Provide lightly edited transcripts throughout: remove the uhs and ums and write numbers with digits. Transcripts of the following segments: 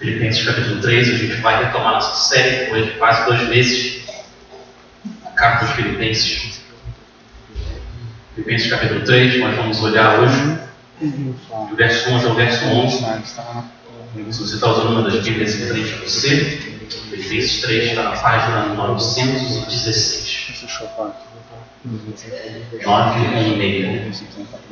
Filipenses capítulo 3, a gente vai retomar nossa série depois de quase 2 meses. A carta aos Filipenses. Filipenses capítulo 3, nós vamos olhar hoje do verso 11 ao verso 11. Se você está usando uma das Bíblias em frente a você, Filipenses 3 está na página 916. 916.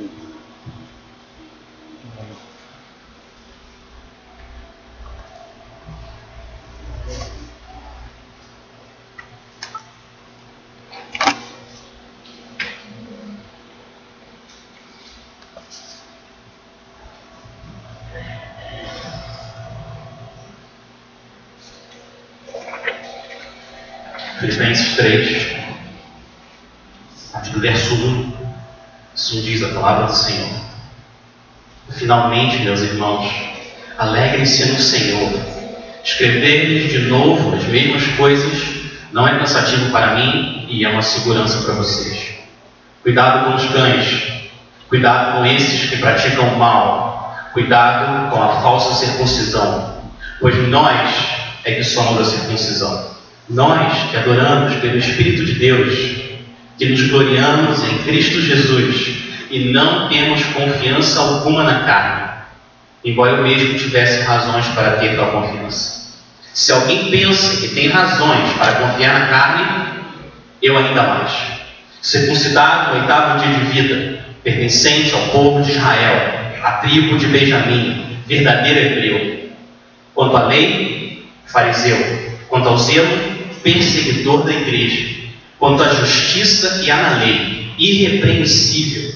Filipenses 3, a partir do verso 1, isso diz a palavra do Senhor. Finalmente, meus irmãos, alegrem-se no Senhor. Escrever-lhes de novo as mesmas coisas não é cansativo para mim e é uma segurança para vocês. Cuidado com os cães, cuidado com esses que praticam o mal, cuidado com a falsa circuncisão, pois nós é que somos a circuncisão. Nós que adoramos pelo Espírito de Deus, que nos gloriamos em Cristo Jesus e não temos confiança alguma na carne, embora eu mesmo tivesse razões para ter tal confiança. Se alguém pensa que tem razões para confiar na carne, eu ainda mais. Circuncidado no 8º dia de vida, pertencente ao povo de Israel, à tribo de Benjamim, verdadeiro hebreu. Quanto à lei, fariseu. Quanto ao zelo, perseguidor da igreja. Quanto à justiça que há na lei, irrepreensível.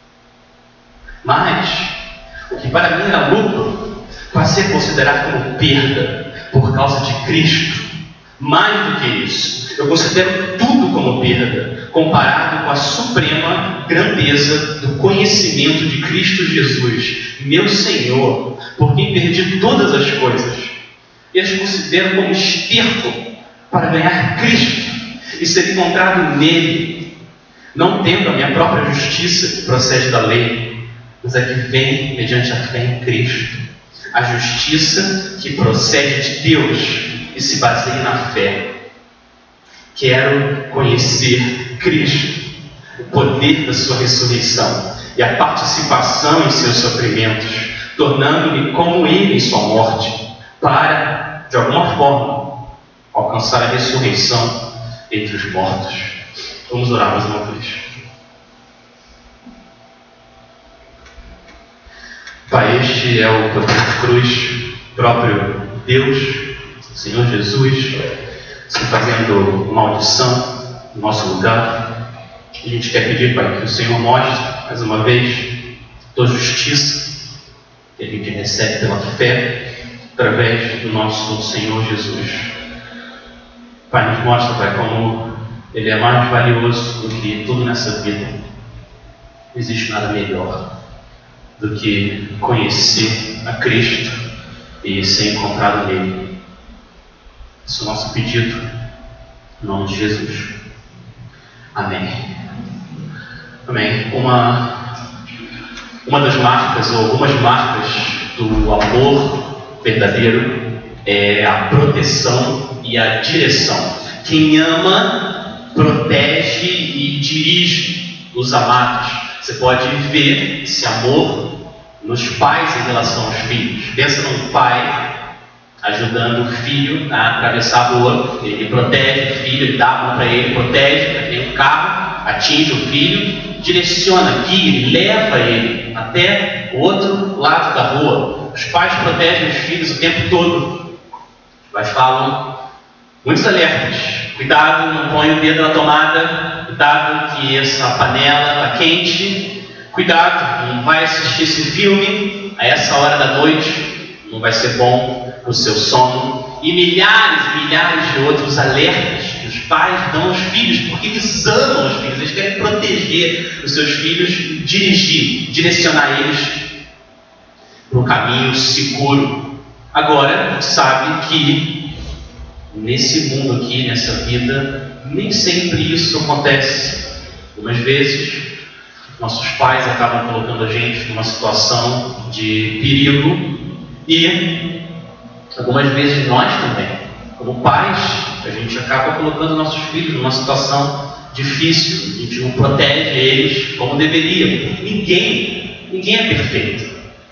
Mas o que para mim era lucro, passei a considerar como perda por causa de Cristo. Mais do que isso, eu considero tudo como perda, comparado com a suprema grandeza do conhecimento de Cristo Jesus, meu Senhor, por quem perdi todas as coisas, e as considero como esterco para ganhar Cristo e ser encontrado nele, não tendo a minha própria justiça que procede da lei, mas a que vem mediante a fé em Cristo, a justiça que procede de Deus e se baseia na fé. Quero conhecer Cristo, o poder da sua ressurreição e a participação em seus sofrimentos, tornando-me como ele em sua morte, para, de alguma forma, alcançar a ressurreição entre os mortos. Vamos orar mais uma vez. Pai, este é o poder de cruz, próprio Deus, Senhor Jesus, se fazendo maldição no nosso lugar. A gente quer pedir, Pai, que o Senhor mostre mais uma vez tua justiça, que a gente recebe pela fé, através do nosso Senhor Jesus. Pai, nos mostra, Pai, como Ele é mais valioso do que tudo nessa vida. Não existe nada melhor do que conhecer a Cristo e ser encontrado nele. Esse é o nosso pedido, em nome de Jesus. Amém. Amém. Uma das marcas, ou algumas marcas do amor verdadeiro é a proteção e a direção. Quem ama, protege e dirige os amados. Você pode ver esse amor nos pais em relação aos filhos. Pensa num pai ajudando o filho a atravessar a rua. Ele protege o filho, ele dá a mão para ele, protege, vem um carro, atinge o filho, direciona, guia, leva ele até o outro lado da rua. Os pais protegem os filhos o tempo todo. Os pais falam muitos alertas. Cuidado, não põe o dedo na tomada. Cuidado que essa panela está quente. Cuidado, não vai assistir esse filme a essa hora da noite. Não vai ser bom para o seu sono. E milhares e milhares de outros alertas que os pais dão aos filhos, porque eles amam os filhos. Eles querem proteger os seus filhos, direcionar eles para um caminho seguro. Agora, sabe que nesse mundo aqui, nessa vida, nem sempre isso acontece. Algumas vezes, nossos pais acabam colocando a gente numa situação de perigo e Algumas vezes nós também, como pais, a gente acaba colocando nossos filhos numa situação difícil, a gente não protege eles como deveria. Ninguém é perfeito,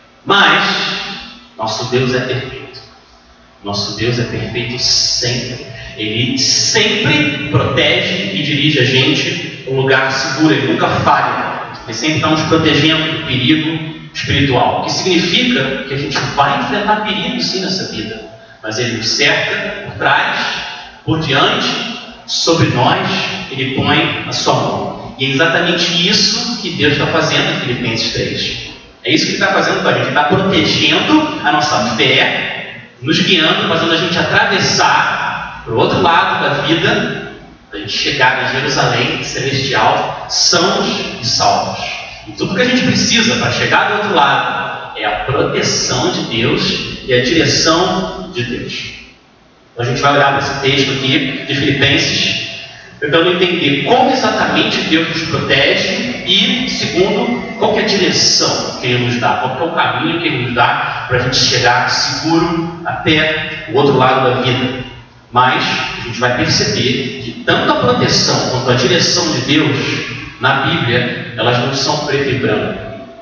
mas nosso Deus é perfeito. Nosso Deus é perfeito sempre. Ele sempre protege e dirige a gente a um lugar seguro, ele nunca falha. Ele sempre está nos protegendo do perigo espiritual, o que significa que a gente vai enfrentar perigo sim nessa vida, mas ele nos cerca por trás, por diante, sobre nós, ele põe a sua mão. E é exatamente isso que Deus está fazendo em Filipenses 3. É isso que ele está fazendo com a gente. Ele está protegendo a nossa fé, nos guiando, fazendo a gente atravessar para o outro lado da vida, para a gente chegar em Jerusalém celestial, sãos e salvos. E tudo que a gente precisa para chegar do outro lado é a proteção de Deus e a direção de Deus. Então a gente vai olhar para esse texto aqui de Filipenses, tentando entender como exatamente Deus nos protege e, segundo, qual que é a direção que Ele nos dá, qual que é o caminho que Ele nos dá para a gente chegar seguro até o outro lado da vida. Mas a gente vai perceber que tanto a proteção quanto a direção de Deus na Bíblia, elas não são preto e branco,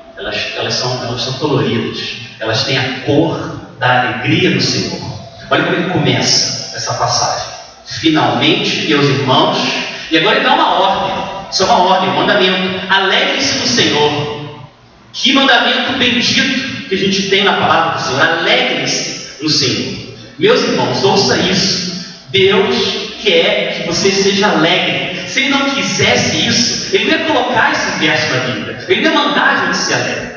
elas são coloridas, elas têm a cor da alegria do Senhor. Olha como ele começa essa passagem. Finalmente, meus irmãos, e agora ele dá uma ordem, isso é uma ordem, um mandamento: alegre-se no Senhor. Que mandamento bendito que a gente tem na palavra do Senhor: alegre-se no Senhor. Meus irmãos, ouça isso. Deus quer que você seja alegre. Se Ele não quisesse isso, Ele não ia colocar esse verso na Bíblia, Ele não ia mandar a gente ser alegre.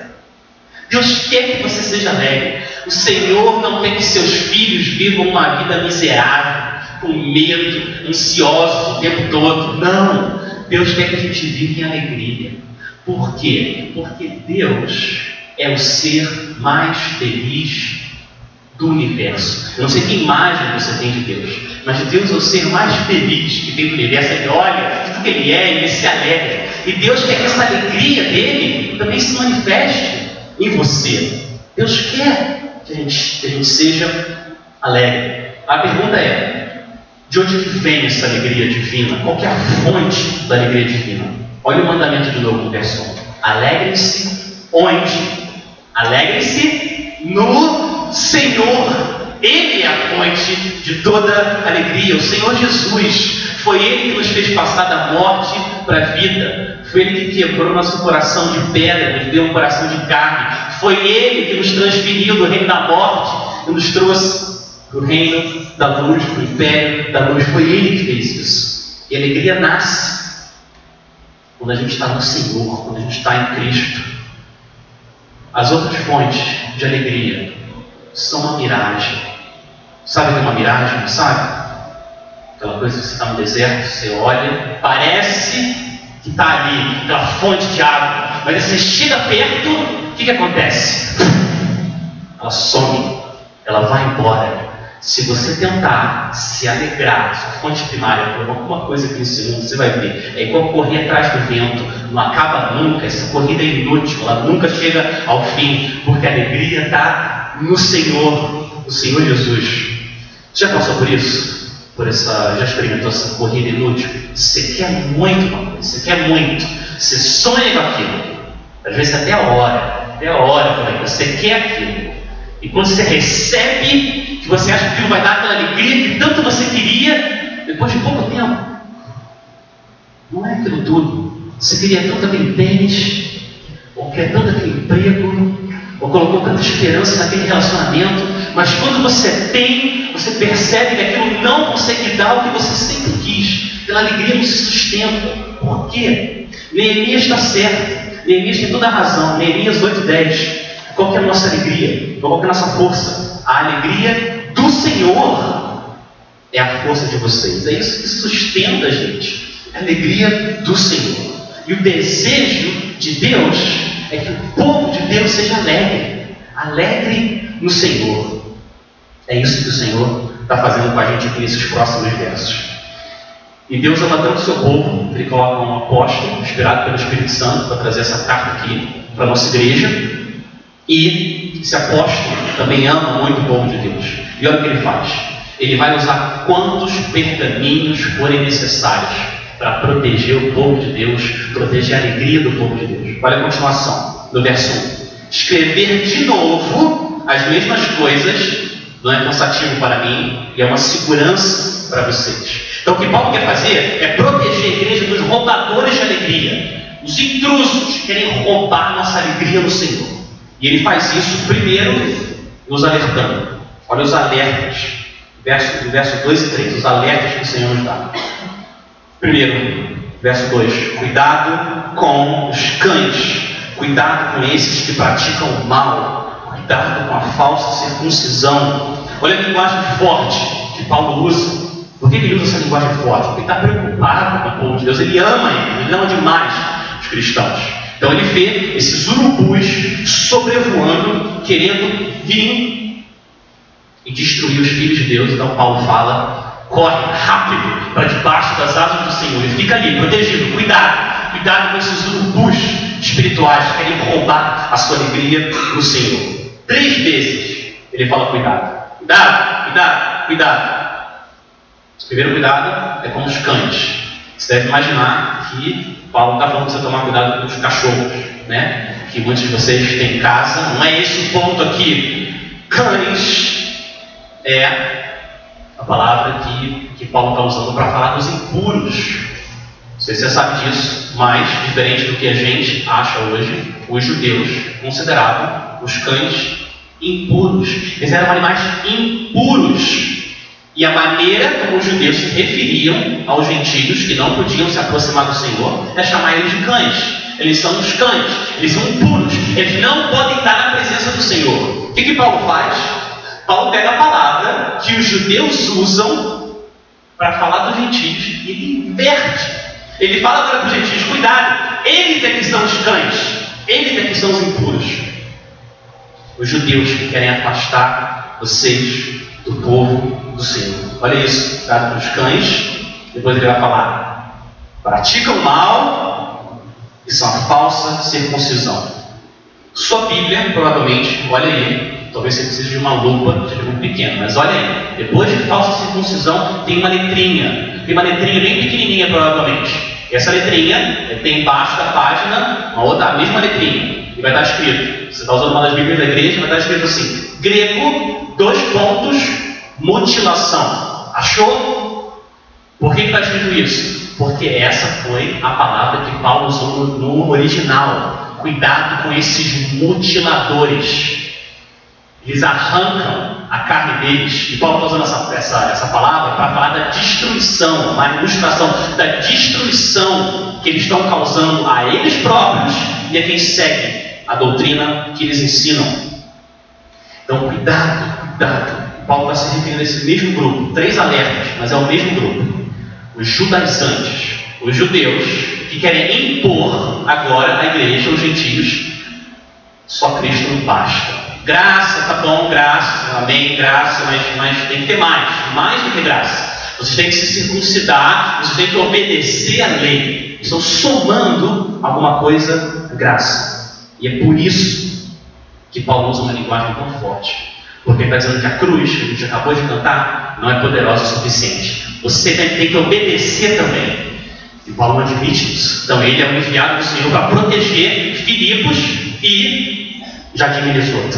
Deus quer que você seja alegre. O Senhor não quer que seus filhos vivam uma vida miserável, com medo, ansiosos o tempo todo. Não! Deus quer que a gente viva em alegria. Por quê? Porque Deus é o ser mais feliz do universo. Eu não sei que imagem você tem de Deus, mas Deus é o ser mais feliz que tem do universo. Ele olha tudo que Ele é e Ele se alegra. E Deus quer que essa alegria dEle também se manifeste em você. Deus quer que a gente seja alegre. A pergunta é: de onde vem essa alegria divina? Qual que é a fonte da alegria divina? Olha o mandamento de novo no verso 1. Alegrem-se onde? Alegrem-se no Senhor. Ele é a fonte de toda alegria. O Senhor Jesus, foi Ele que nos fez passar da morte para a vida. Foi Ele que quebrou nosso coração de pedra, nos deu um coração de carne. Foi Ele que nos transferiu do reino da morte e nos trouxe para o reino da luz, para o império da luz. Foi Ele que fez isso. E a alegria nasce quando a gente está no Senhor, quando a gente está em Cristo. As outras fontes de alegria são uma miragem. Sabe o que é uma miragem, não sabe? Aquela coisa que você está no deserto, você olha, parece que está ali, aquela fonte de água, mas aí você chega perto, o que acontece? Ela some, ela vai embora. Se você tentar se alegrar, sua fonte primária, por alguma coisa aqui nesse mundo, você vai ver. É igual correr atrás do vento, não acaba nunca, essa corrida é inútil, ela nunca chega ao fim, porque a alegria está no Senhor, no Senhor Jesus. Já passou por isso? Já experimentou essa corrida inútil? Você quer muito uma coisa, você quer muito, você sonha com aquilo, às vezes até a hora, você quer aquilo, e quando você recebe, que você acha que aquilo vai dar aquela alegria que tanto você queria, depois de pouco tempo, não é aquilo tudo. Você queria tanto aquele tênis, ou quer tanto aquele emprego, ou colocou tanta esperança naquele relacionamento, mas quando você tem, você percebe que aquilo não consegue dar o que você sempre quis. Pela alegria não se sustenta. Por quê? Neemias está certo. Neemias tem toda a razão. Neemias 8:10. Qual que é a nossa alegria? Qual que é a nossa força? A alegria do Senhor é a força de vocês. É isso que sustenta a gente. A alegria do Senhor. E o desejo de Deus é que o povo de Deus seja alegre. Alegre no Senhor. É isso que o Senhor está fazendo com a gente aqui nesses próximos versos. E Deus ama tanto o seu povo, que Ele coloca um apóstolo, inspirado pelo Espírito Santo, para trazer essa carta aqui para a nossa igreja. E esse apóstolo também ama muito o povo de Deus. E olha o que ele faz. Ele vai usar quantos pergaminhos forem necessários para proteger o povo de Deus, proteger a alegria do povo de Deus. Olha a continuação, no verso 1. Escrever de novo as mesmas coisas não é cansativo para mim e é uma segurança para vocês. Então o que Paulo quer fazer é proteger a igreja dos roubadores de alegria, os intrusos que querem roubar nossa alegria no Senhor. E ele faz isso primeiro nos alertando. Olha os alertas, verso 2 e 3, os alertas que o Senhor nos dá. Primeiro, verso 2, cuidado com os cães, cuidado com esses que praticam o mal, cuidado com a falsa circuncisão. Olha a linguagem forte que Paulo usa. Por que ele usa essa linguagem forte? Porque ele está preocupado com o povo de Deus, ele ama demais os cristãos. Então ele vê esses urubus sobrevoando, querendo vir e destruir os filhos de Deus. Então Paulo fala: corre rápido para debaixo das asas do Senhor e fica ali, protegido. Cuidado com esses urubus espirituais que querem roubar a sua alegria no Senhor. 3 vezes ele fala cuidado. Cuidado. O primeiro cuidado é com os cães. Você deve imaginar que Paulo está falando para você tomar cuidado com os cachorros, né? Que muitos de vocês têm em casa. Não é esse o ponto aqui. Cães é a palavra que Paulo está usando para falar dos impuros. Não sei se você sabe disso, mas diferente do que a gente acha hoje, os judeus consideravam os cães impuros. Eles eram animais impuros. E a maneira como os judeus se referiam aos gentios que não podiam se aproximar do Senhor é chamar eles de cães. Eles são os cães, eles são impuros, eles não podem estar na presença do Senhor. O que Paulo faz? Paulo pega a palavra que os judeus usam para falar dos gentios e ele inverte. Ele fala agora para os gentios: cuidado, eles é que são os cães, eles é que são os impuros. Os judeus que querem afastar vocês do povo do Senhor. Olha isso, cuidado com os cães. Depois ele vai falar: praticam mal e são a falsa circuncisão. Sua Bíblia, provavelmente, olha aí, talvez você precise de uma lupa, seja muito pequena, mas olha aí, depois de falsa circuncisão tem uma letrinha bem pequenininha, provavelmente. Essa letrinha tem embaixo da página a mesma letrinha, e vai estar escrito, você está usando uma das Bíblias da igreja, vai estar escrito assim: grego, mutilação. Achou? Por que está escrito isso? Porque essa foi a palavra que Paulo usou no original. Cuidado com esses mutiladores. Eles arrancam a carne deles. E Paulo está usando essa palavra para falar da destruição, uma ilustração da destruição que eles estão causando a eles próprios e a quem segue a doutrina que eles ensinam. Então, cuidado. Paulo está se referindo a esse mesmo grupo. 3 alertas, mas é o mesmo grupo. Os judaizantes, os judeus que querem impor agora à igreja, os gentios, só Cristo não basta. Graça, tá bom, graça, amém, graça, mas tem que ter mais do que graça. Vocês têm que se circuncidar, vocês têm que obedecer à lei. Estão somando alguma coisa à graça. E é por isso que Paulo usa uma linguagem tão forte. Porque ele está dizendo que a cruz, que a gente acabou de cantar, não é poderosa o suficiente. Você tem que obedecer também. E Paulo não admite isso. Então ele é um enviado do Senhor para proteger Filipos e Jardim Minnesota.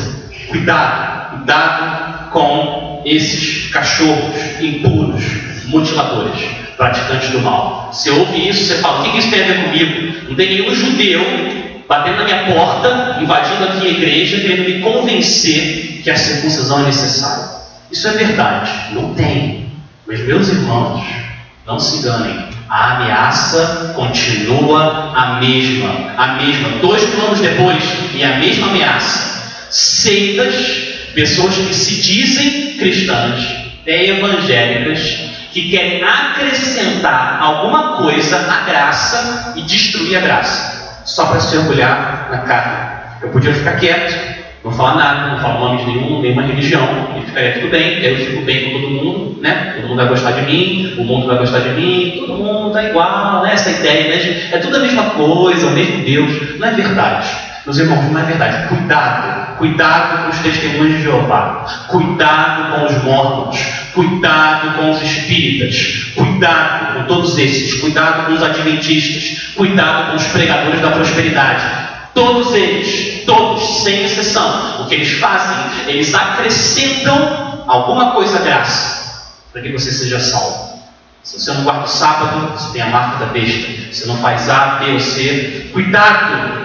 Cuidado com esses cachorros impuros, mutiladores, praticantes do mal. Você ouve isso, você fala: o que isso tem a ver comigo? Não tem nenhum judeu batendo na minha porta, invadindo aqui a igreja, querendo me convencer que a circuncisão é necessária. Isso é verdade, não tem. Mas, meus irmãos, não se enganem, a ameaça continua a mesma. 2 mil anos depois, e a mesma ameaça. Seitas, pessoas que se dizem cristãs, evangélicas, que querem acrescentar alguma coisa à graça e destruir a graça, só para se orgulhar na carne. Eu podia ficar quieto, não falar nada, não falar nome de nenhuma religião, e ficaria tudo bem, eu fico bem com todo mundo, né? Todo mundo vai gostar de mim, o mundo vai gostar de mim, todo mundo está igual, né? Essa ideia, né? É tudo a mesma coisa, o mesmo Deus. Não é verdade. Meus irmãos, não é verdade. Cuidado com os testemunhos de Jeová, cuidado com os mormons, cuidado com os espíritas, cuidado com todos esses, cuidado com os adventistas, cuidado com os pregadores da prosperidade. Todos eles, todos, sem exceção, o que eles fazem, eles acrescentam alguma coisa à graça, para que você seja salvo. Se você não guarda o sábado, você tem a marca da besta. Se não faz A, B ou C, cuidado,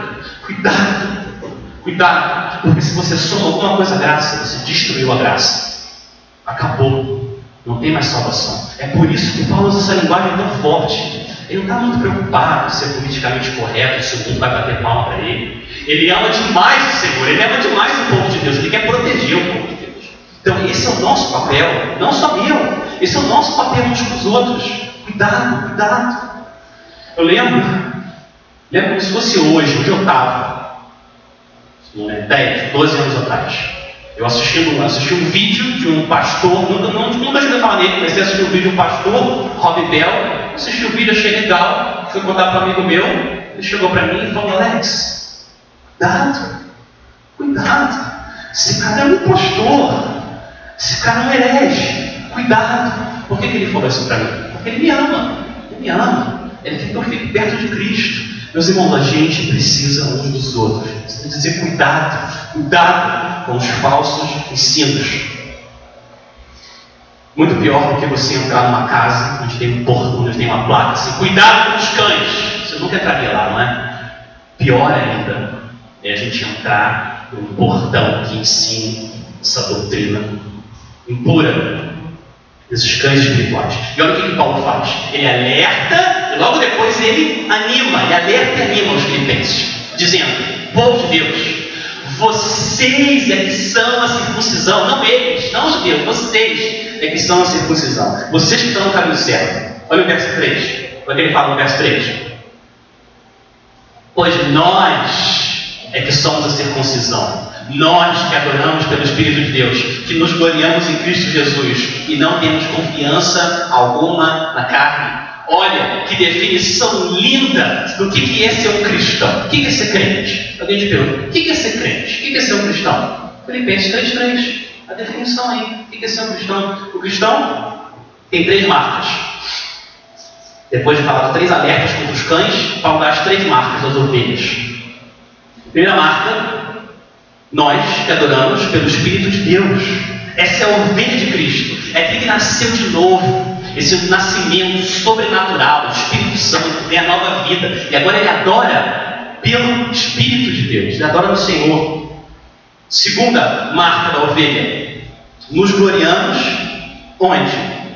porque se você soma alguma coisa à graça, você destruiu a graça. Acabou, não tem mais salvação. É por isso que Paulo usa essa linguagem tão forte. Ele não está muito preocupado em ser politicamente correto, se o mundo vai bater palma para ele. Ele ama demais o Senhor, ele ama demais o povo de Deus, ele quer proteger o povo de Deus. Então esse é o nosso papel, não só meu, esse é o nosso papel uns com os outros. Cuidado. Eu lembro como se fosse hoje eu estava, 10, 12 anos atrás. Eu assisti um vídeo de um pastor, nunca cheguei a falar nele, comecei a assistir um vídeo de um pastor, Rob Bell, assisti o vídeo, achei legal, fui contar para um amigo meu, ele chegou para mim e falou: Alex, cuidado, esse cara é um impostor, esse cara é um herege, cuidado. Por que ele falou isso para mim? Porque ele me ama, ele quer que eu fique perto de Cristo. Meus irmãos, a gente precisa uns dos outros. Você tem que dizer cuidado com os falsos ensinos. Muito pior do que você entrar numa casa onde tem um portão, onde tem uma placa assim: cuidado com os cães. Você nunca entraria lá, não é? Pior ainda é a gente entrar num portão que ensine essa doutrina impura desses cães espirituais. E olha o que Paulo faz. Ele alerta e logo depois ele alerta e anima os filipenses, dizendo: povo de Deus, vocês é que são a circuncisão, não eles, não os judeus, vocês é que são a circuncisão, vocês que estão no caminho certo. Olha o verso 3, olha o que ele fala no verso 3: pois nós é que somos a circuncisão, nós que adoramos pelo Espírito de Deus, que nos gloriamos em Cristo Jesus e não temos confiança alguma na carne. Olha que definição linda do que é ser um cristão. O que é ser crente? Alguém te pergunta: o que é ser crente? O que é ser um cristão? Filipenses 3:3, a definição aí. O que é ser um cristão? O cristão tem 3 marcas. Depois de falar de 3 alertas contra os cães, Paulo dá as 3 marcas das ovelhas. Primeira marca: nós que adoramos pelo Espírito de Deus. Essa é a ovelha de Cristo, é aquele que nasceu de novo, esse nascimento sobrenatural, o Espírito Santo, tem a nova vida, e agora ele adora pelo Espírito de Deus, ele adora no Senhor. Segunda marca da ovelha: nos gloriamos onde?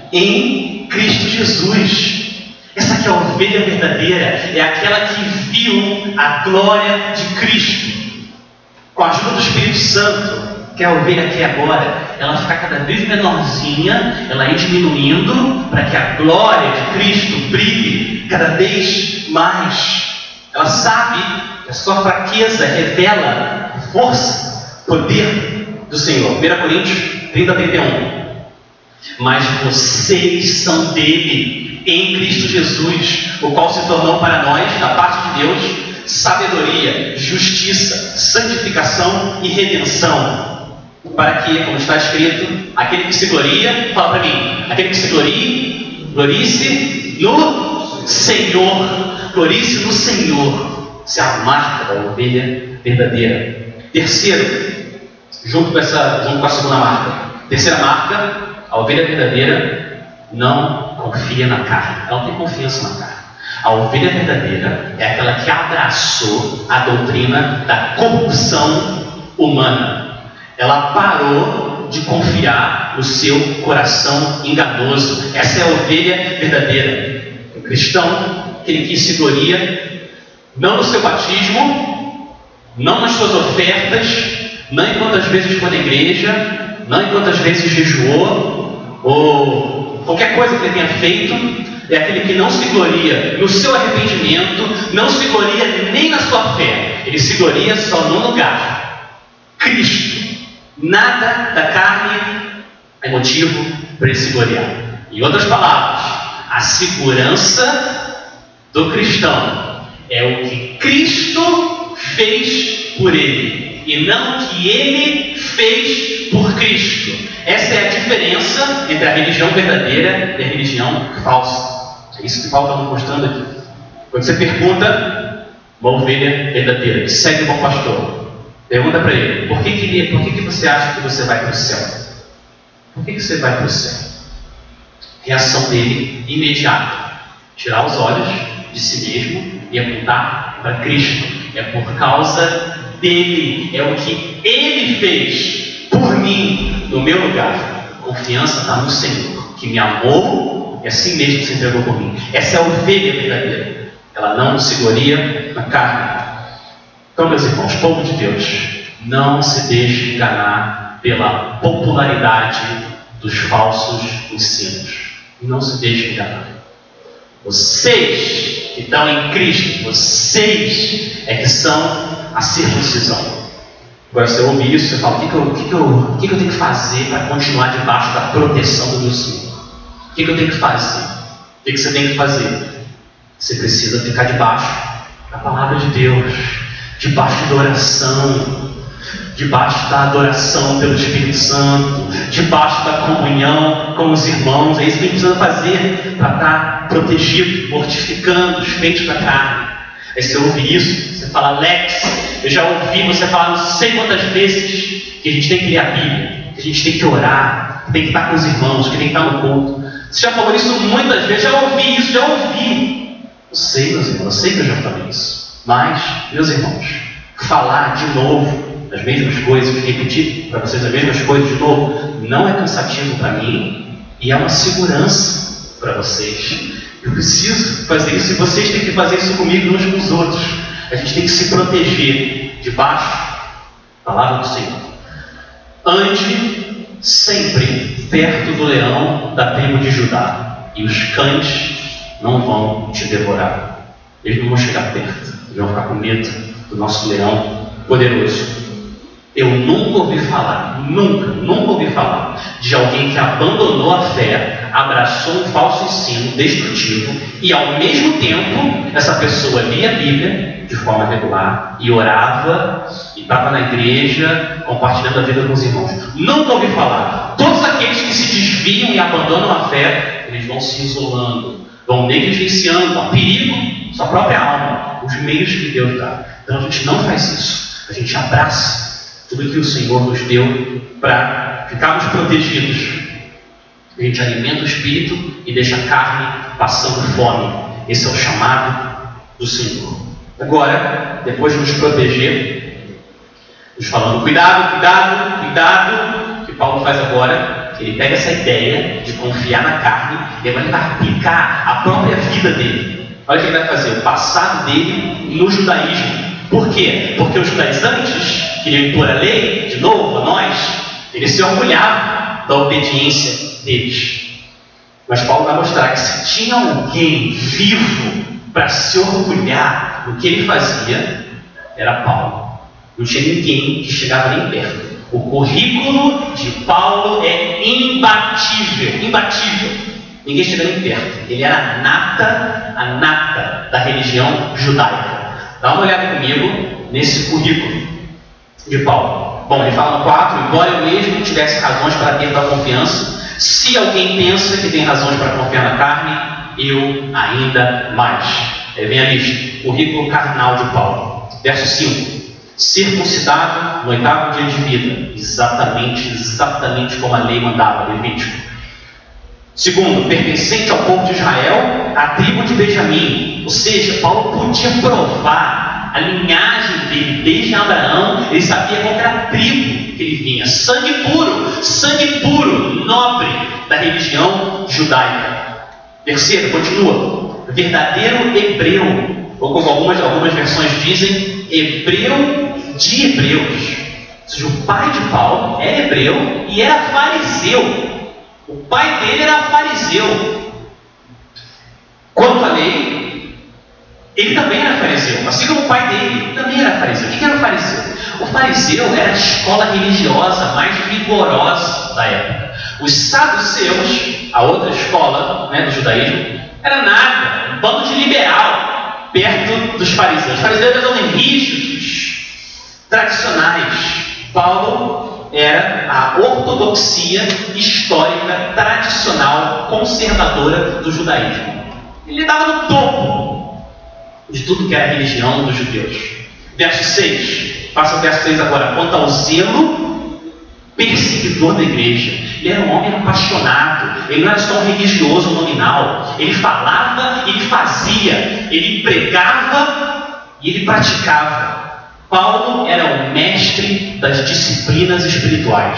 Em Cristo Jesus. Essa aqui é a ovelha verdadeira, é aquela que viu a glória de Cristo. Com a ajuda do Espírito Santo, que é a ovelha aqui agora, ela fica cada vez menorzinha, ela ir diminuindo, para que a glória de Cristo brilhe cada vez mais. Ela sabe que a sua fraqueza revela a força, poder do Senhor. 1 Coríntios 30:31. Mas vocês são dele, em Cristo Jesus, o qual se tornou para nós, da parte de Deus, sabedoria, justiça, santificação e redenção, para que, como está escrito, aquele que se gloria, fala para mim, aquele que se glorie, glorie-se no Senhor. Glorie-se no Senhor. Essa é a marca da ovelha verdadeira. Terceiro, junto com a segunda marca, terceira marca: a ovelha verdadeira não confia na carne, ela não tem confiança na carne. A ovelha verdadeira é aquela que abraçou a doutrina da corrupção humana. Ela parou de confiar no seu coração enganoso. Essa é a ovelha verdadeira. O cristão, aquele que se gloria, não no seu batismo, não nas suas ofertas, não em quantas vezes foi na igreja, não em quantas vezes jejuou, ou qualquer coisa que ele tenha feito. É aquele que não se gloria no seu arrependimento, não se gloria nem na sua fé, ele se gloria só num lugar: Cristo. Nada da carne é motivo para ele se gloriar. Em outras palavras, a segurança do cristão é o que Cristo fez por ele, e não o que ele fez por Cristo. Essa é a diferença entre a religião verdadeira e a religião falsa. É isso que Paulo está nos mostrando aqui. Quando você pergunta uma ovelha verdadeira que segue o bom pastor, pergunta para ele: por que você acha que você vai para o céu? Por que você vai para o céu? Reação dele imediata: tirar os olhos de si mesmo e apontar para Cristo. É por causa dele, é o que ele fez por mim, no meu lugar. A confiança está no Senhor, que me amou e assim mesmo se entregou por mim. Essa é a ovelha verdadeira. Ela não se gloria na carne. Então, meus irmãos, povo de Deus, não se deixe enganar pela popularidade dos falsos ensinos. Não se deixe enganar. Vocês que estão em Cristo, vocês é que são a circuncisão. Agora você ouve isso, você fala: o que eu tenho que fazer para continuar debaixo da proteção do meu Senhor? O que eu tenho que fazer? O que você tem que fazer? Você precisa ficar debaixo da palavra de Deus, debaixo da oração, debaixo da adoração pelo Espírito Santo, debaixo da comunhão com os irmãos. É isso que a gente precisa fazer para estar protegido, mortificando os feitos da carne. Aí você ouve isso, você fala: Alex, eu já ouvi você falar não sei quantas vezes que a gente tem que ler a Bíblia, que a gente tem que orar, que tem que estar com os irmãos, que tem que estar no culto. Você já falou isso muitas vezes, já ouvi isso, já ouvi. Eu sei, meus irmãos, eu sei que eu já falei isso. Mas, meus irmãos, falar de novo as mesmas coisas, repetir para vocês as mesmas coisas de novo, não é cansativo para mim e é uma segurança para vocês. Eu preciso fazer isso e vocês têm que fazer isso comigo uns com os outros. A gente tem que se proteger debaixo da palavra do Senhor. Ande sempre perto do leão da tribo de Judá, e os cães não vão te devorar. Eles não vão chegar perto, eles vão ficar com medo do nosso leão poderoso. Eu nunca ouvi falar de alguém que abandonou a fé, abraçou um falso ensino destrutivo e ao mesmo tempo essa pessoa lia a Bíblia de forma regular e orava e estava na igreja compartilhando a vida com os irmãos. Nunca ouvi falar. Todos aqueles que se desviam e abandonam a fé, eles vão se isolando, vão negligenciando a perigo sua própria alma, os meios que Deus dá. Então a gente não faz isso. A gente abraça tudo que o Senhor nos deu para ficarmos protegidos. A gente alimenta o espírito e deixa a carne passando fome. Esse é o chamado do Senhor. Agora, depois de nos proteger, nos falando cuidado, que Paulo faz agora. Ele pega essa ideia de confiar na carne e ele vai aplicar a própria vida dele. Olha o que ele vai fazer: o passado dele no judaísmo. Por quê? Porque os judaizantes queriam impor a lei de novo a nós. Eles se orgulhavam da obediência deles. Mas Paulo vai mostrar que se tinha alguém vivo para se orgulhar do que ele fazia, era Paulo. Não tinha ninguém que chegava nem perto. O currículo de Paulo é imbatível. Ninguém chega nem perto. Ele era a nata da religião judaica. Dá uma olhada comigo nesse currículo de Paulo. Bom, ele fala no 4: embora eu mesmo tivesse razões para ter da confiança, se alguém pensa que tem razões para confiar na carne, eu ainda mais. Aí vem a lista: currículo carnal de Paulo. Verso 5: circuncidado no 8º dia de vida, exatamente como a lei mandava, Levítico. Segundo, pertencente ao povo de Israel, à tribo de Benjamim. Ou seja, Paulo podia provar a linhagem dele desde Abraão. Ele sabia qual era a tribo que ele vinha. Sangue puro, nobre da religião judaica. Terceiro, continua: verdadeiro hebreu, ou como algumas versões dizem, hebreu de hebreus. Ou seja, o pai de Paulo era hebreu e era fariseu. O pai dele era fariseu. Quanto à lei, ele também era fariseu, assim como o pai dele também era fariseu. O que era o fariseu? O fariseu era a escola religiosa mais vigorosa da época. Os saduceus, a outra escola do judaísmo, era nada, um bando de liberal perto dos fariseus. Os fariseus eram rígidos, tradicionais. Paulo era a ortodoxia histórica, tradicional, conservadora do judaísmo. Ele estava no topo de tudo que era a religião dos judeus. Verso 6, passa o verso 6 agora. Quanto ao zelo perseguidor da igreja, ele era um homem apaixonado, ele não era só um religioso nominal, ele falava, ele fazia, ele pregava e ele praticava. Paulo era o mestre das disciplinas espirituais: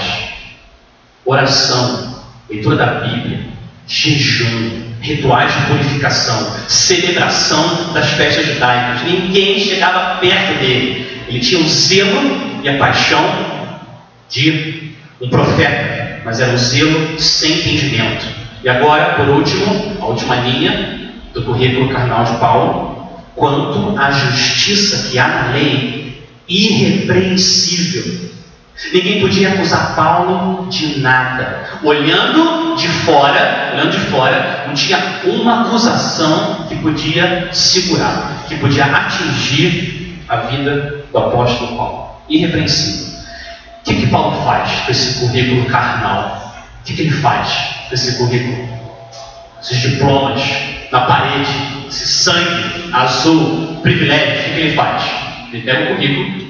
oração, leitura da Bíblia, jejum, rituais de purificação, celebração das festas judaicas. Ninguém chegava perto dele. Ele tinha o zelo e a paixão de um profeta, mas era um zelo sem entendimento. E agora, por último, a última linha do currículo carnal de Paulo: quanto à justiça que há na lei, irrepreensível. Ninguém podia acusar Paulo de nada. Olhando de fora, não tinha uma acusação que podia segurar, que podia atingir a vida do apóstolo Paulo. Irrepreensível. O que Paulo faz com esse currículo carnal? O que ele faz com esse currículo? Esses diplomas na parede, esse sangue azul, privilégio, o que ele faz? Ele pega o currículo,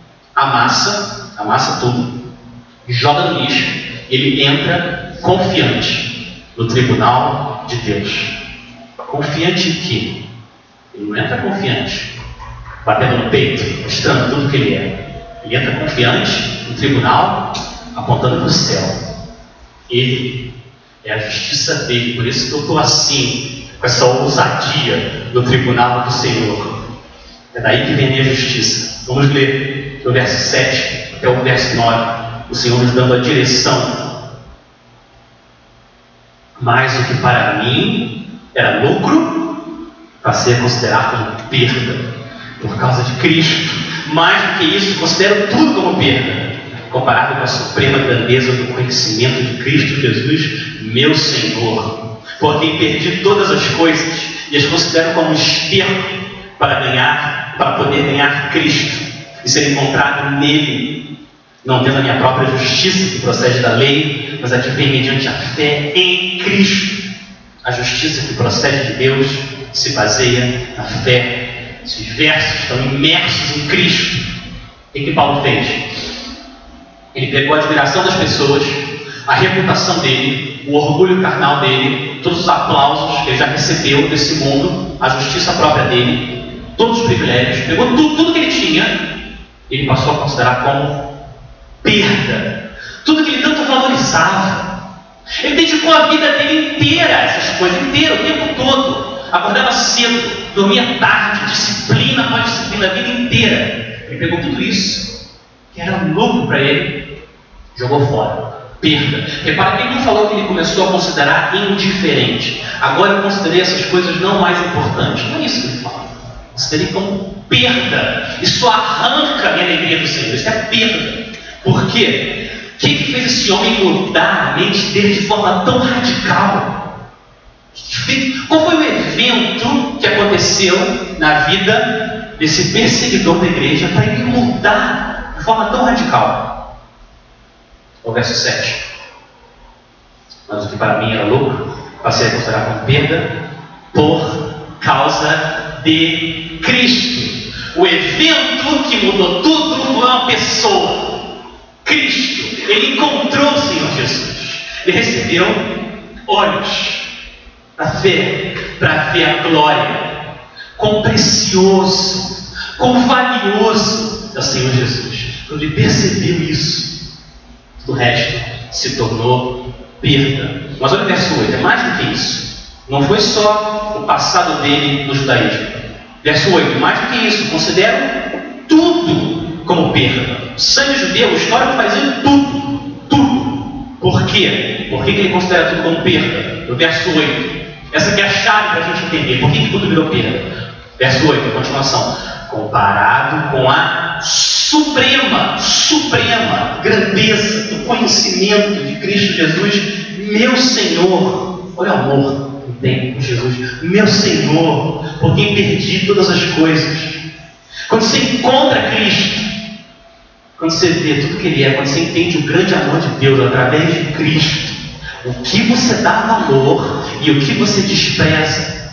amassa tudo, joga no lixo. Ele entra confiante no tribunal de Deus. Confiante em quê? Ele não entra confiante batendo no peito, mostrando tudo que ele é. Ele entra confiante no tribunal, apontando para o céu. Ele é a justiça dele. Por isso que eu estou assim, com essa ousadia no tribunal do Senhor. É daí que vem a minha justiça. Vamos ler do verso 7 até o verso 9. O Senhor nos dando a direção. Mas o que para mim era lucro, passei a considerar como perda por causa de Cristo. Mais do que isso, considero tudo como perda, comparado com a suprema grandeza do conhecimento de Cristo Jesus, meu Senhor, por quem perdi todas as coisas e as considero como esterco para poder ganhar Cristo e ser encontrado nele, não tendo a minha própria justiça que procede da lei, mas a que vem mediante a fé em Cristo. A justiça que procede de Deus se baseia na fé. Esses versos estão imersos em Cristo. O que Paulo fez? Ele pegou a admiração das pessoas, a reputação dele, o orgulho carnal dele, todos os aplausos que ele já recebeu desse mundo, a justiça própria dele, todos os privilégios, pegou tudo que ele tinha, ele passou a considerar como perda. Tudo que ele tanto valorizava. Ele dedicou a vida dele inteira a essas coisas, o tempo todo. Acordava cedo, dormia tarde, disciplina após disciplina, a vida inteira. Ele pegou tudo isso, que era lucro para ele, jogou fora. Perda. Repara que ele não falou que ele começou a considerar indiferente. Agora eu considerei essas coisas não mais importantes. Não é isso que ele fala. Considerei como perda. Isso arranca a minha alegria do Senhor. Isso é perda. Por quê? O que fez esse homem mudar a mente dele de forma tão radical? Qual foi o evento que aconteceu na vida desse perseguidor da igreja para ele mudar de forma tão radical? O verso 7. Mas o que para mim era lucro, passei a considerar como perda por causa de Cristo. O evento que mudou tudo foi uma pessoa, Cristo. Ele encontrou o Senhor Jesus. Ele recebeu olhos para ver a glória, quão precioso, quão valioso é o Senhor Jesus. Quando ele percebeu isso, o resto se tornou perda. Mas olha o verso 8, é mais do que isso. Não foi só o passado dele no judaísmo. Verso 8, mais do que isso, considero tudo como perda. O sangue judeu, o histórico fazia tudo. Por quê? Por que ele considera tudo como perda? No verso 8. Essa aqui é a chave para a gente entender. Por que tudo virou perda? Verso 8, a continuação. Comparado com a suprema grandeza do conhecimento de Cristo Jesus, meu Senhor. Olha o amor que tem com Jesus. Meu Senhor, por quem perdi todas as coisas. Quando você encontra Cristo, quando você vê tudo que Ele é, quando você entende o grande amor de Deus através de Cristo, o que você dá valor e o que você despreza,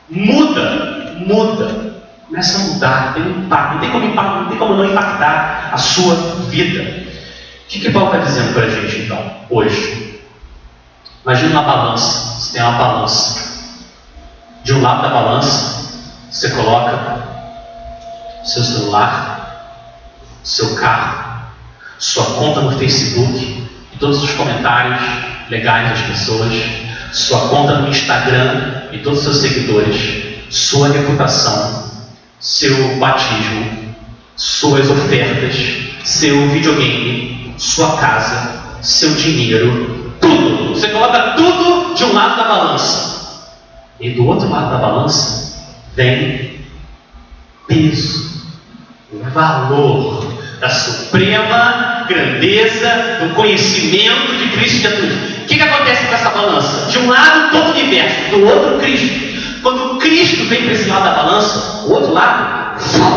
muda. Começa a mudar, tem um impacto, não tem como não impactar a sua vida. O que Paulo está dizendo para a gente então, hoje? Imagina uma balança, você tem uma balança. De um lado da balança, você coloca seu celular, seu carro, sua conta no Facebook e todos os comentários legais das pessoas, sua conta no Instagram e todos os seus seguidores, sua reputação, seu batismo, suas ofertas, seu videogame, sua casa, seu dinheiro, tudo. Você coloca tudo de um lado da balança. E do outro lado da balança vem peso, o valor da suprema grandeza do conhecimento de Cristo Jesus. O que acontece com essa balança? De um lado todo o universo, do outro Cristo. Quando Cristo vem para esse lado da balança, o outro lado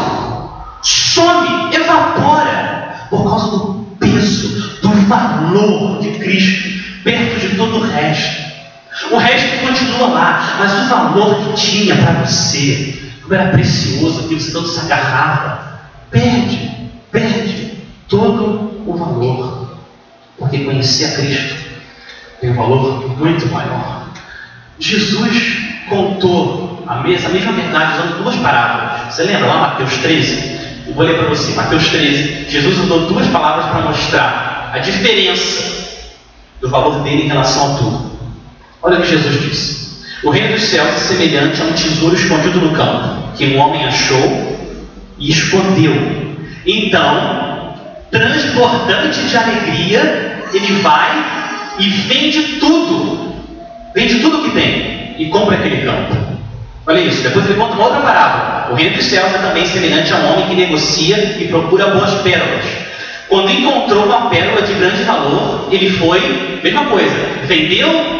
some, evapora, por causa do peso, do valor de Cristo perto de todo o resto. O resto continua lá, mas o valor que tinha para você, como era precioso, que você tanto se agarrava, perde todo o valor, porque conhecer a Cristo tem um valor muito maior. Jesus contou a mesma verdade usando duas parábolas. Você lembra lá Mateus 13? Eu vou ler para você, Mateus 13. Jesus usou duas palavras para mostrar a diferença do valor dele em relação a tudo. Olha o que Jesus disse: o reino dos céus é semelhante a um tesouro escondido no campo, que um homem achou e escondeu. Então, transbordante de alegria, ele vai e vende tudo que tem e compra aquele campo. Olha isso, depois ele conta uma outra parábola. O reino dos céus é também semelhante a um homem que negocia e procura boas pérolas. Quando encontrou uma pérola de grande valor, ele foi, mesma coisa, vendeu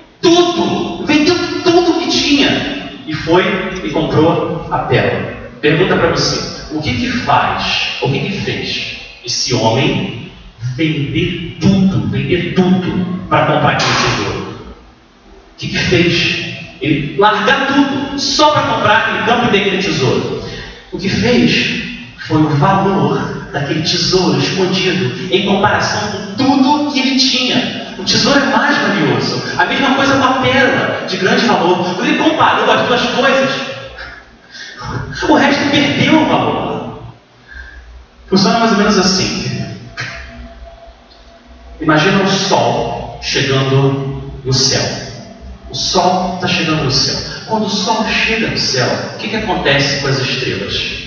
tudo que tinha e foi e comprou a pérola. Pergunta para você: o que fez esse homem vender tudo para comprar aquele tesouro? O que fez ele largar tudo só para comprar aquele campo e ter aquele tesouro? O que fez foi o valor daquele tesouro escondido em comparação com tudo que ele tinha. O tesouro é mais valioso. A mesma coisa com a pérola de grande valor. Quando ele comparou as duas coisas, o resto perdeu o valor. Funciona mais ou menos assim. Imagina o sol chegando no céu. O sol está chegando no céu. Quando o sol chega no céu, o que acontece com as estrelas?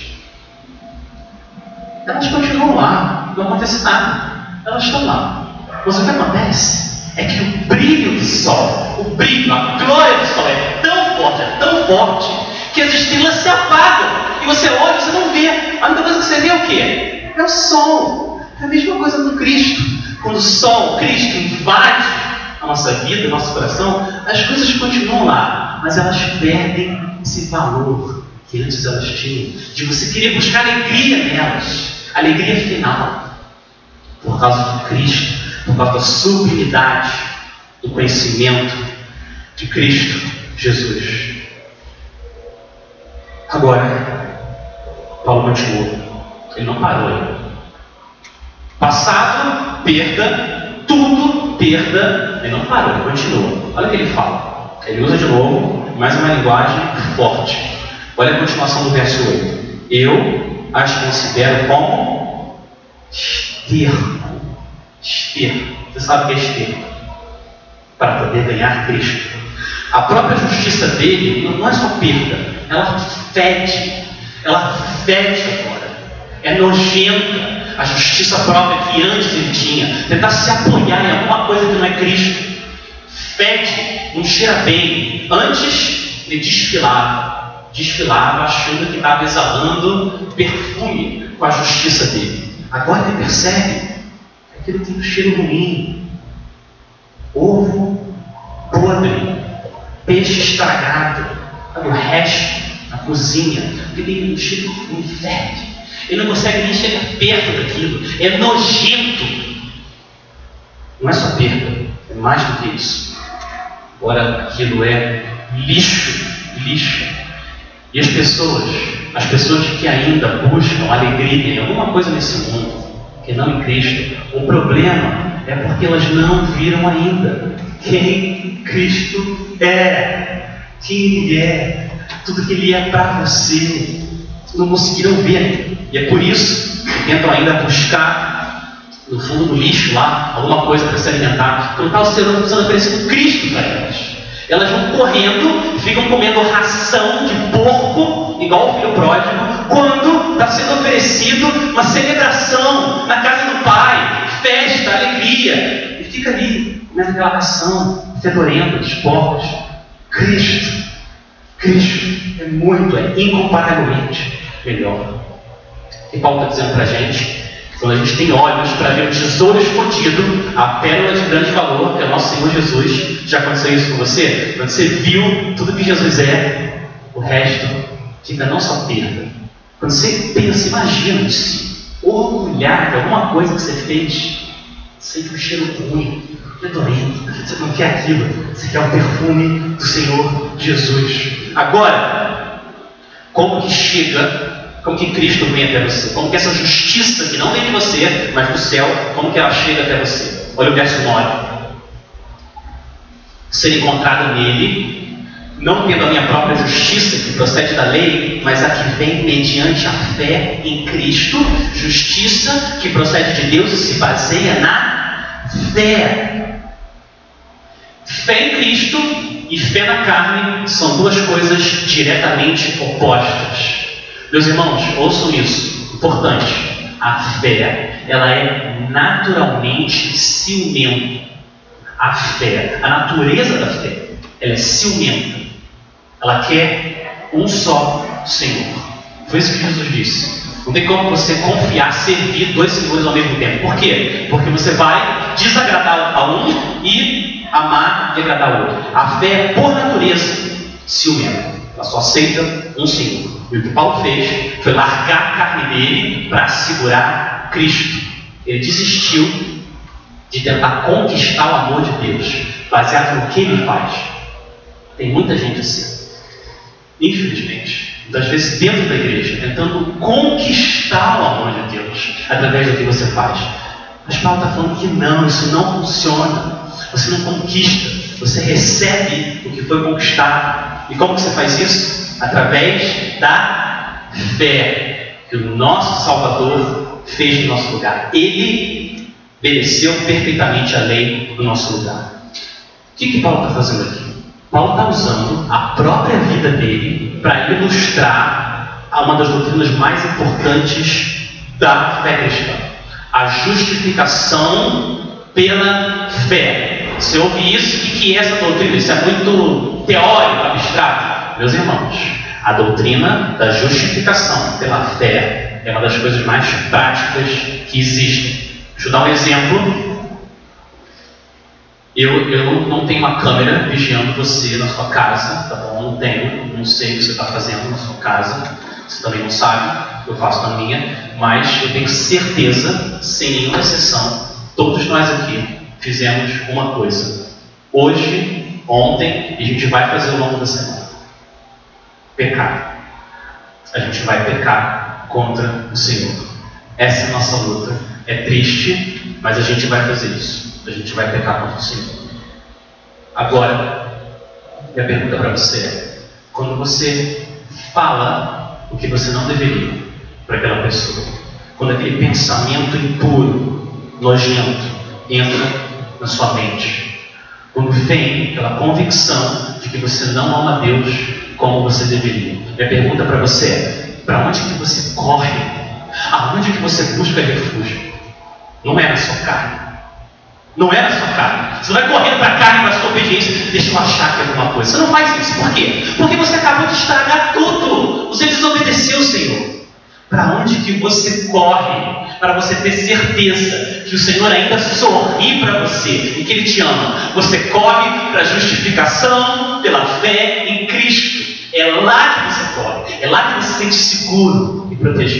Elas continuam lá, não acontece nada. Elas estão lá. Mas o que acontece é que o brilho do sol, a glória do sol é tão forte, que as estrelas se apagam. E você olha e você não vê. A única coisa que você vê é o quê? É o sol. É a mesma coisa do Cristo. Quando o sol, Cristo, invade a nossa vida, o nosso coração, as coisas continuam lá, mas elas perdem esse valor que antes elas tinham, de você querer buscar alegria nelas, alegria final, por causa de Cristo, por causa da sublimidade do conhecimento de Cristo Jesus. Agora, Paulo continuou, ele não parou ainda. Passado, perda, tudo, perda, ele não parou, ele continua. Olha o que ele fala. Ele usa de novo mais uma linguagem forte. Olha a continuação do verso 8. Eu as considero como esterco. Você sabe o que é esterco? Para poder ganhar Cristo. A própria justiça dele não é só perda, ela fede agora. É nojenta a justiça própria que antes ele tinha. Tentar se apoiar em alguma coisa que não é Cristo. Fede, não cheira bem. Antes ele desfilava achando que estava exalando perfume com a justiça dele. Agora ele percebe que ele tem um cheiro ruim. Ovo podre, peixe estragado, o resto na cozinha, porque tem um cheiro ruim, fede. Ele não consegue nem chegar perto daquilo. É nojento. Não é só perda, é mais do que isso. Agora aquilo é lixo. E as pessoas que ainda buscam alegria em alguma coisa nesse mundo, que não em Cristo, o problema é porque elas não viram ainda quem Cristo é, quem Ele é, tudo que Ele é para você. Não conseguiram ver. E é por isso que tentam ainda buscar no fundo do lixo lá alguma coisa para se alimentar. Então está sendo oferecido Cristo para elas. Elas vão correndo, ficam comendo ração de porco, igual o filho pródigo, quando está sendo oferecido uma celebração na casa do Pai, festa, alegria. E fica ali, comendo aquela ração fedorenta dos porcos. Cristo é muito, é incomparavelmente melhor. E Paulo está dizendo para a gente, quando a gente tem olhos para ver o tesouro escondido, a pérola de grande valor, que é o nosso Senhor Jesus. Já aconteceu isso com você? Quando você viu tudo que Jesus é, o resto fica não só perda. Quando você pensa, imagina se orgulhar de alguma coisa que você fez, sente um cheiro ruim, fedorento, você não quer aquilo, você quer o perfume do Senhor Jesus. Agora, como que Cristo vem até você? Como que essa justiça que não vem de você, mas do céu, como que ela chega até você? Olha o verso 9. Ser encontrado nele, não tendo a minha própria justiça que procede da lei, mas a que vem mediante a fé em Cristo, justiça que procede de Deus e se baseia na fé. Fé em Cristo e fé na carne são duas coisas diretamente opostas. Meus irmãos, ouçam isso, importante. A fé, ela é naturalmente ciumenta. A fé, a natureza da fé, ela é ciumenta. Ela quer um só Senhor. Foi isso que Jesus disse. Não tem como você confiar, servir dois senhores ao mesmo tempo. Por quê? Porque você vai desagradar a um e amar e agradar ao outro. A fé é, por natureza, ciumenta. Ela só aceita um Senhor. E o que Paulo fez foi largar a carne dele para segurar Cristo. Ele desistiu de tentar conquistar o amor de Deus, baseado no que ele faz. Tem muita gente assim, infelizmente, muitas vezes dentro da igreja, tentando conquistar o amor de Deus através do que você faz. Mas Paulo está falando que não, isso não funciona. Você não conquista, você recebe o que foi conquistado. E como que você faz isso? Através da fé que o nosso Salvador fez no nosso lugar. Ele obedeceu perfeitamente a lei no nosso lugar. O que Paulo está fazendo aqui? Paulo está usando a própria vida dele para ilustrar uma das doutrinas mais importantes da fé cristã: a justificação pela fé. Você ouve isso? O que é essa doutrina? Isso é muito teórico, abstrato. Meus irmãos, a doutrina da justificação pela fé é uma das coisas mais práticas que existem. Deixa eu dar um exemplo. Eu não tenho uma câmera vigiando você na sua casa, tá bom? Não tenho, não sei o que você está fazendo na sua casa. Você também não sabe o que eu faço na minha, mas eu tenho certeza, sem nenhuma exceção, todos nós aqui fizemos uma coisa. Hoje, ontem, e a gente vai fazer ao longo da semana. Pecar. A gente vai pecar contra o Senhor. Essa é a nossa luta. É triste, mas a gente vai fazer isso. A gente vai pecar contra o Senhor. Agora, minha pergunta para você é: quando você fala o que você não deveria para aquela pessoa, quando aquele pensamento impuro, nojento, entra na sua mente, quando vem aquela convicção de que você não ama Deus como você deveria, minha pergunta para você é: para onde que você corre? Aonde que você busca refúgio? Não é na sua carne. Não é na sua carne. Você vai correndo para a carne, para a sua obediência. Deixa eu achar que é alguma coisa. Você não faz isso. Por quê? Porque você acabou de estragar tudo. Você desobedeceu o Senhor. Para onde que você corre? Para você ter certeza que o Senhor ainda sorri para você e que Ele te ama. Você corre para a justificação pela fé em Cristo. É lá que você corre. É lá que você se sente seguro e protegido.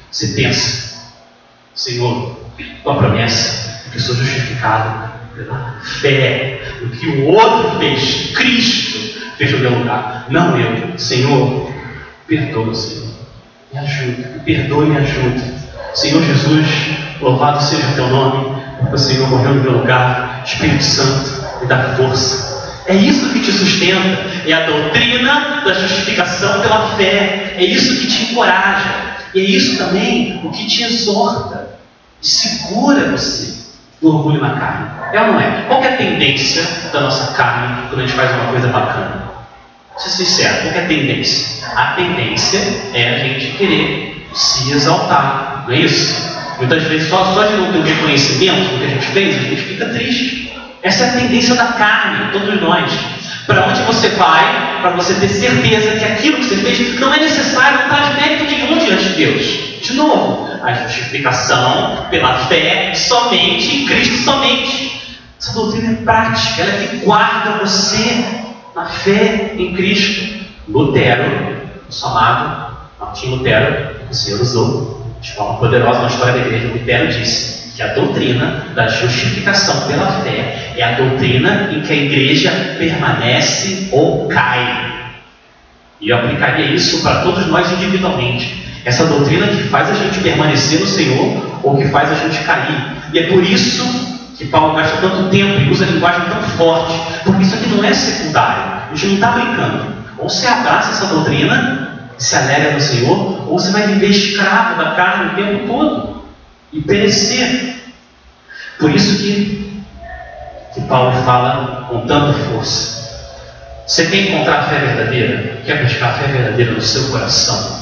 Você pensa, Senhor, tua promessa é que eu sou justificado pela fé no que o outro fez. Cristo fez no meu lugar, não eu. Senhor, perdoa, Senhor, me ajuda, me perdoa e me ajuda. Senhor Jesus, louvado seja o teu nome, porque o Senhor morreu no meu lugar. Espírito Santo, me dá força. É isso que te sustenta, é a doutrina da justificação pela fé, é isso que te encoraja, e é isso também o que te exorta e segura você do orgulho na carne. É ou não é? Qual que é a tendência da nossa carne quando a gente faz uma coisa bacana? Vou ser sincero, qual que é a tendência? A tendência é a gente querer se exaltar, não é isso? Muitas vezes só de não ter o reconhecimento do que a gente fez, a gente fica triste. Essa é a tendência da carne, todos nós. Para onde você vai, para você ter certeza que aquilo que você fez não é necessário, não traz mérito nenhum diante de Deus. De novo, a justificação pela fé somente em Cristo somente. Essa doutrina é prática, ela é que guarda você na fé em Cristo. Lutero, nosso amado Martim Lutero, o Senhor usou de forma poderosa na história da igreja. Lutero disse que a doutrina da justificação pela fé é a doutrina em que a igreja permanece ou cai. E eu aplicaria isso para todos nós individualmente. Essa doutrina que faz a gente permanecer no Senhor ou que faz a gente cair. E é por isso que Paulo gasta tanto tempo e usa a linguagem tão forte, porque isso aqui não é secundário. A gente não está brincando. Ou você abraça essa doutrina e se alegra no Senhor, ou você vai viver escravo da carne o tempo todo e perecer. Por isso que Paulo fala com tanta força. Você quer encontrar a fé verdadeira? Quer buscar a fé verdadeira no seu coração?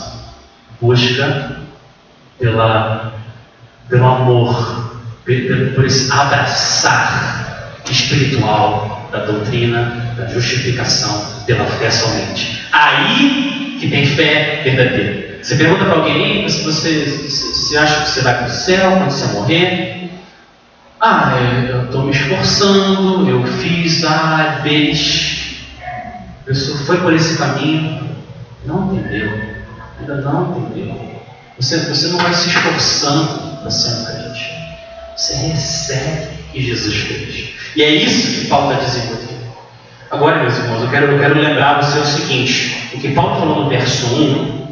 Busca pelo amor, por esse abraçar espiritual da doutrina da justificação pela fé somente. Aí que tem fé verdadeira. Você pergunta para alguém se você acha que você vai para o céu quando você morrer. Eu estou me esforçando, eu fiz A, B, a pessoa foi por esse caminho, não entendeu, ainda não entendeu. Você não vai se esforçando para ser um crente, você recebe o que Jesus fez. E é isso que Paulo está dizendo aqui. Agora, meus irmãos, eu quero lembrar você o seguinte: o que Paulo falou no verso 1,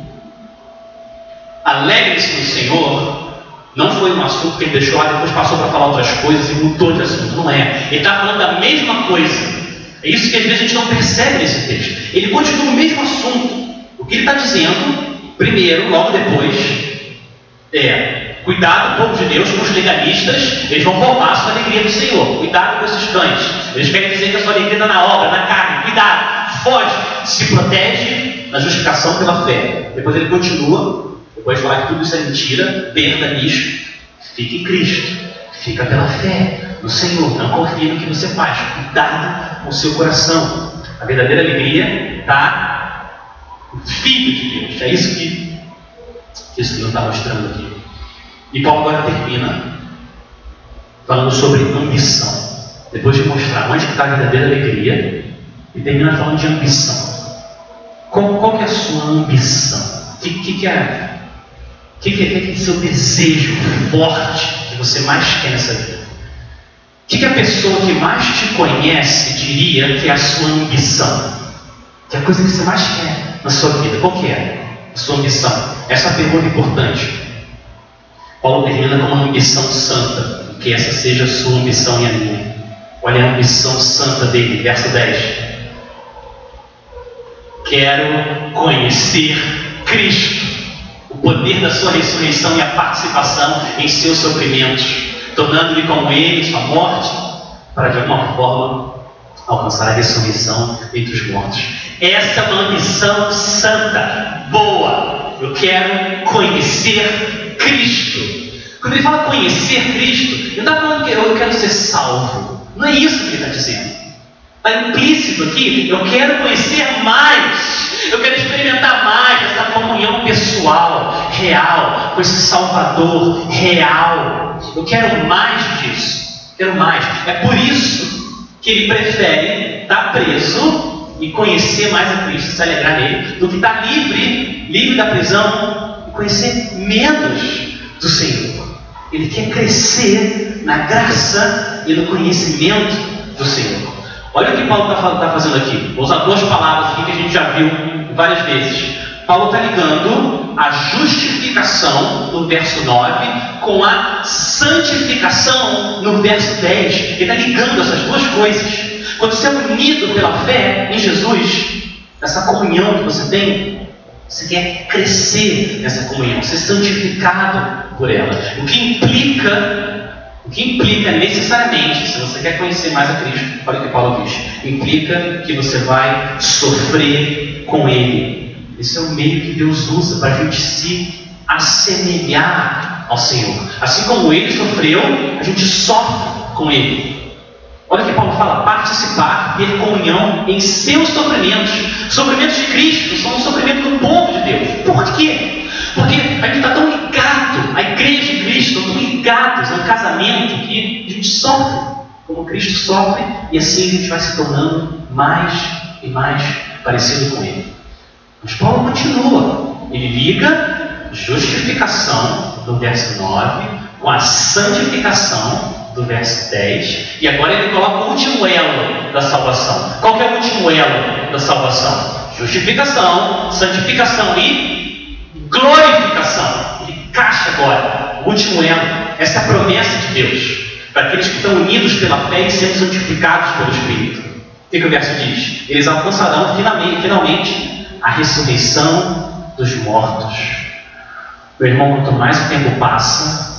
alegre-se no Senhor, não foi um assunto que ele deixou lá, depois passou para falar outras coisas e mudou de assunto. Não é. Ele está falando da mesma coisa. É isso que às vezes a gente não percebe nesse texto. Ele continua o mesmo assunto. O que ele está dizendo, primeiro, logo depois, cuidado, povo de Deus, com os legalistas, eles vão roubar a sua alegria do Senhor. Cuidado com esses cães. Eles querem dizer que a sua alegria está na obra, na carne. Cuidado, foge, se protege na justificação pela fé. Depois ele continua. Depois de falar que tudo isso é mentira, perda nisso, fique em Cristo, fica pela fé no Senhor, não confie no que você faz, cuidado com o seu coração. A verdadeira alegria está no Filho de Deus. É isso que ele está mostrando aqui. E Paulo agora termina falando sobre ambição. Depois de mostrar onde está a verdadeira alegria, ele termina falando de ambição. Qual que é a sua ambição? O que é o seu desejo forte que você mais quer nessa vida? O que a pessoa que mais te conhece diria que é a sua ambição? Que é a coisa que você mais quer na sua vida? Qual que é a sua ambição? Essa é a pergunta importante. Paulo termina com uma ambição santa, que essa seja a sua ambição e a minha. Olha a ambição santa dele, verso 10. Quero conhecer Cristo, o poder da sua ressurreição e a participação em seus sofrimentos, tornando-me como ele em sua morte, para de alguma forma alcançar a ressurreição entre os mortos. Essa é uma ambição santa, boa. Eu quero conhecer Cristo. Quando ele fala conhecer Cristo, ele não está falando que eu quero ser salvo. Não é isso que ele está dizendo. Está implícito aqui, eu quero conhecer mais. Eu quero experimentar mais essa comunhão pessoal, real, com esse Salvador real. Eu quero mais disso. Quero mais. É por isso que ele prefere estar preso e conhecer mais a Cristo, se alegrar nele, do que estar livre da prisão e conhecer menos do Senhor. Ele quer crescer na graça e no conhecimento do Senhor. Olha o que Paulo está fazendo aqui. Vou usar duas palavras aqui que a gente já viu várias vezes. Paulo está ligando a justificação no verso 9 com a santificação no verso 10. Ele está ligando essas duas coisas. Quando você é unido pela fé em Jesus, essa comunhão que você tem, você quer crescer nessa comunhão, ser santificado por ela. O que implica necessariamente, se você quer conhecer mais a Cristo, olha o que Paulo diz, implica que você vai sofrer com Ele. Esse é o meio que Deus usa para a gente se assemelhar ao Senhor. Assim como Ele sofreu, a gente sofre com Ele. Olha o que Paulo fala, participar, ter comunhão em seus sofrimentos. Sofrimentos de Cristo são um sofrimento do povo de Deus. Por quê? Porque a gente está tão ligado, a igreja de Cristo, estão tão ligados ao casamento que a gente sofre como Cristo sofre, e assim a gente vai se tornando mais e mais parecido com Ele. Mas Paulo continua, ele liga justificação do verso 9 com a santificação do verso 10, e agora ele coloca o último elo da salvação. Qual que é o último elo da salvação? Justificação, santificação e glorificação. Ele encaixa agora o último elo. Essa é a promessa de Deus para aqueles que estão unidos pela fé e sendo santificados pelo Espírito. O que o verso diz? Eles alcançarão finalmente a ressurreição dos mortos. Meu irmão, quanto mais o tempo passa,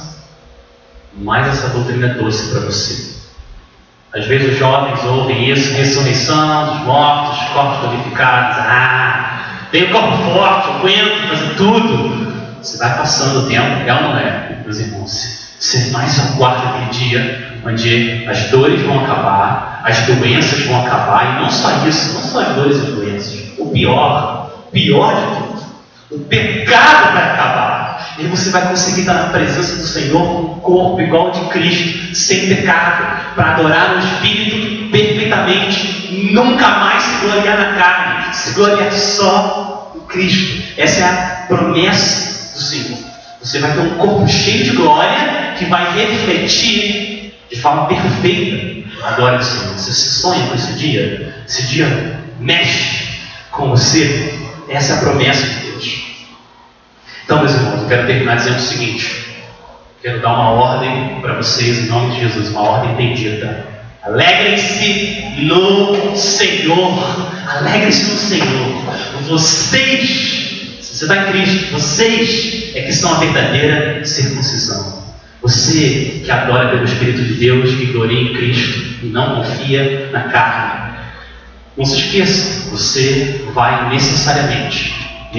mais essa doutrina é doce para você. Às vezes os jovens ouvem isso, ressurreição dos mortos, corpos glorificados. Tem um corpo forte, eu aguento fazer tudo. Você vai passando o tempo, é ou não é, meus irmãos? Você mais aguarda aquele dia onde as dores vão acabar, as doenças vão acabar, e não só isso, não só as dores e as doenças. O pior de tudo, o pecado vai acabar. E você vai conseguir estar na presença do Senhor com um corpo igual ao de Cristo, sem pecado, para adorar o Espírito perfeitamente, nunca mais se gloriar na carne, se gloriar só em Cristo. Essa é a promessa do Senhor. Você vai ter um corpo cheio de glória que vai refletir de forma perfeita a glória do Senhor. Você se sonha com esse dia? Esse dia mexe com você. Essa é a promessa de Deus. Então, meus irmãos, eu quero terminar dizendo o seguinte. Quero dar uma ordem para vocês, em nome de Jesus, uma ordem bendita. Alegrem-se no Senhor. Alegrem-se no Senhor. Vocês, se você está em Cristo, vocês é que são a verdadeira circuncisão. Você que adora pelo Espírito de Deus, que gloria em Cristo e não confia na carne. Não se esqueça, você vai necessariamente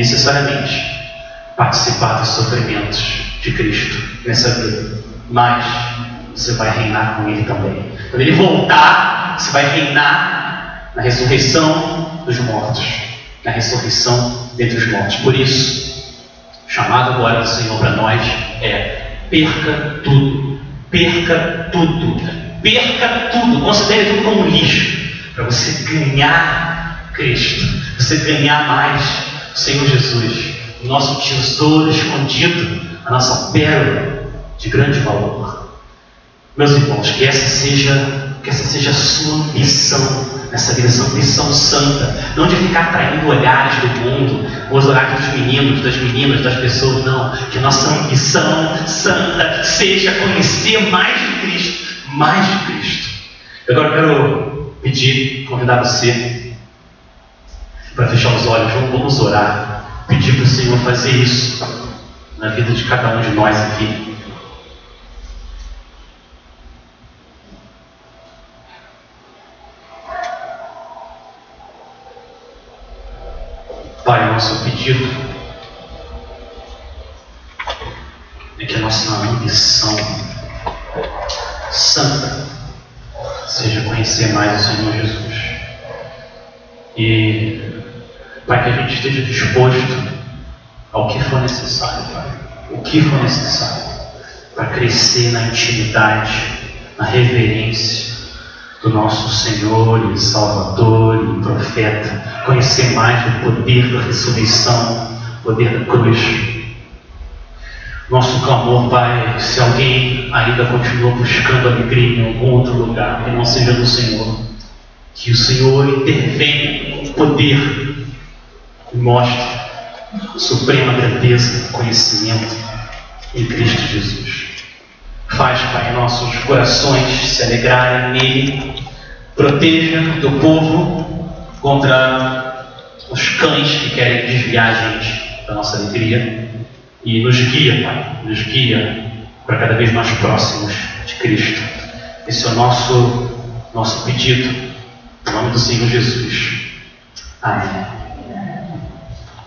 participar dos sofrimentos de Cristo nessa vida, mas você vai reinar com Ele também. Quando Ele voltar, você vai reinar na ressurreição dos mortos, na ressurreição dentre os mortos. Por isso, o chamado agora do Senhor para nós é: perca tudo, perca tudo, perca tudo, considere tudo como lixo, para você ganhar Cristo, você ganhar mais o Senhor Jesus, o nosso tesouro escondido, a nossa pérola de grande valor. Meus irmãos, que essa seja a sua missão nessa vida, essa missão santa, não de ficar atraindo olhares do mundo, os olhares dos meninos, das meninas, das pessoas, não. Que nossa missão santa seja conhecer mais de Cristo, mais de Cristo. Eu agora quero convidar você para fechar os olhos. Vamos orar, pedir para o Senhor fazer isso na vida de cada um de nós aqui. Pai, nosso pedido é que a nossa ambição santa seja conhecer mais o Senhor Jesus. E, Pai, que a gente esteja disposto ao que for necessário, Pai. O que for necessário para crescer na intimidade, na reverência do nosso Senhor e Salvador e Profeta, conhecer mais o poder da ressurreição, o poder da cruz. Nosso clamor, Pai, se alguém ainda continua buscando alegria em algum outro lugar, que não seja do Senhor, que o Senhor intervenha com poder e mostre a suprema grandeza e conhecimento em Cristo Jesus. Faz, Pai, nossos corações se alegrarem nele. Proteja o teu povo contra os cães que querem desviar a gente da nossa alegria. E nos guia, Pai, nos guia para cada vez mais próximos de Cristo. Esse é o nosso pedido. Em nome do Senhor Jesus. Amém.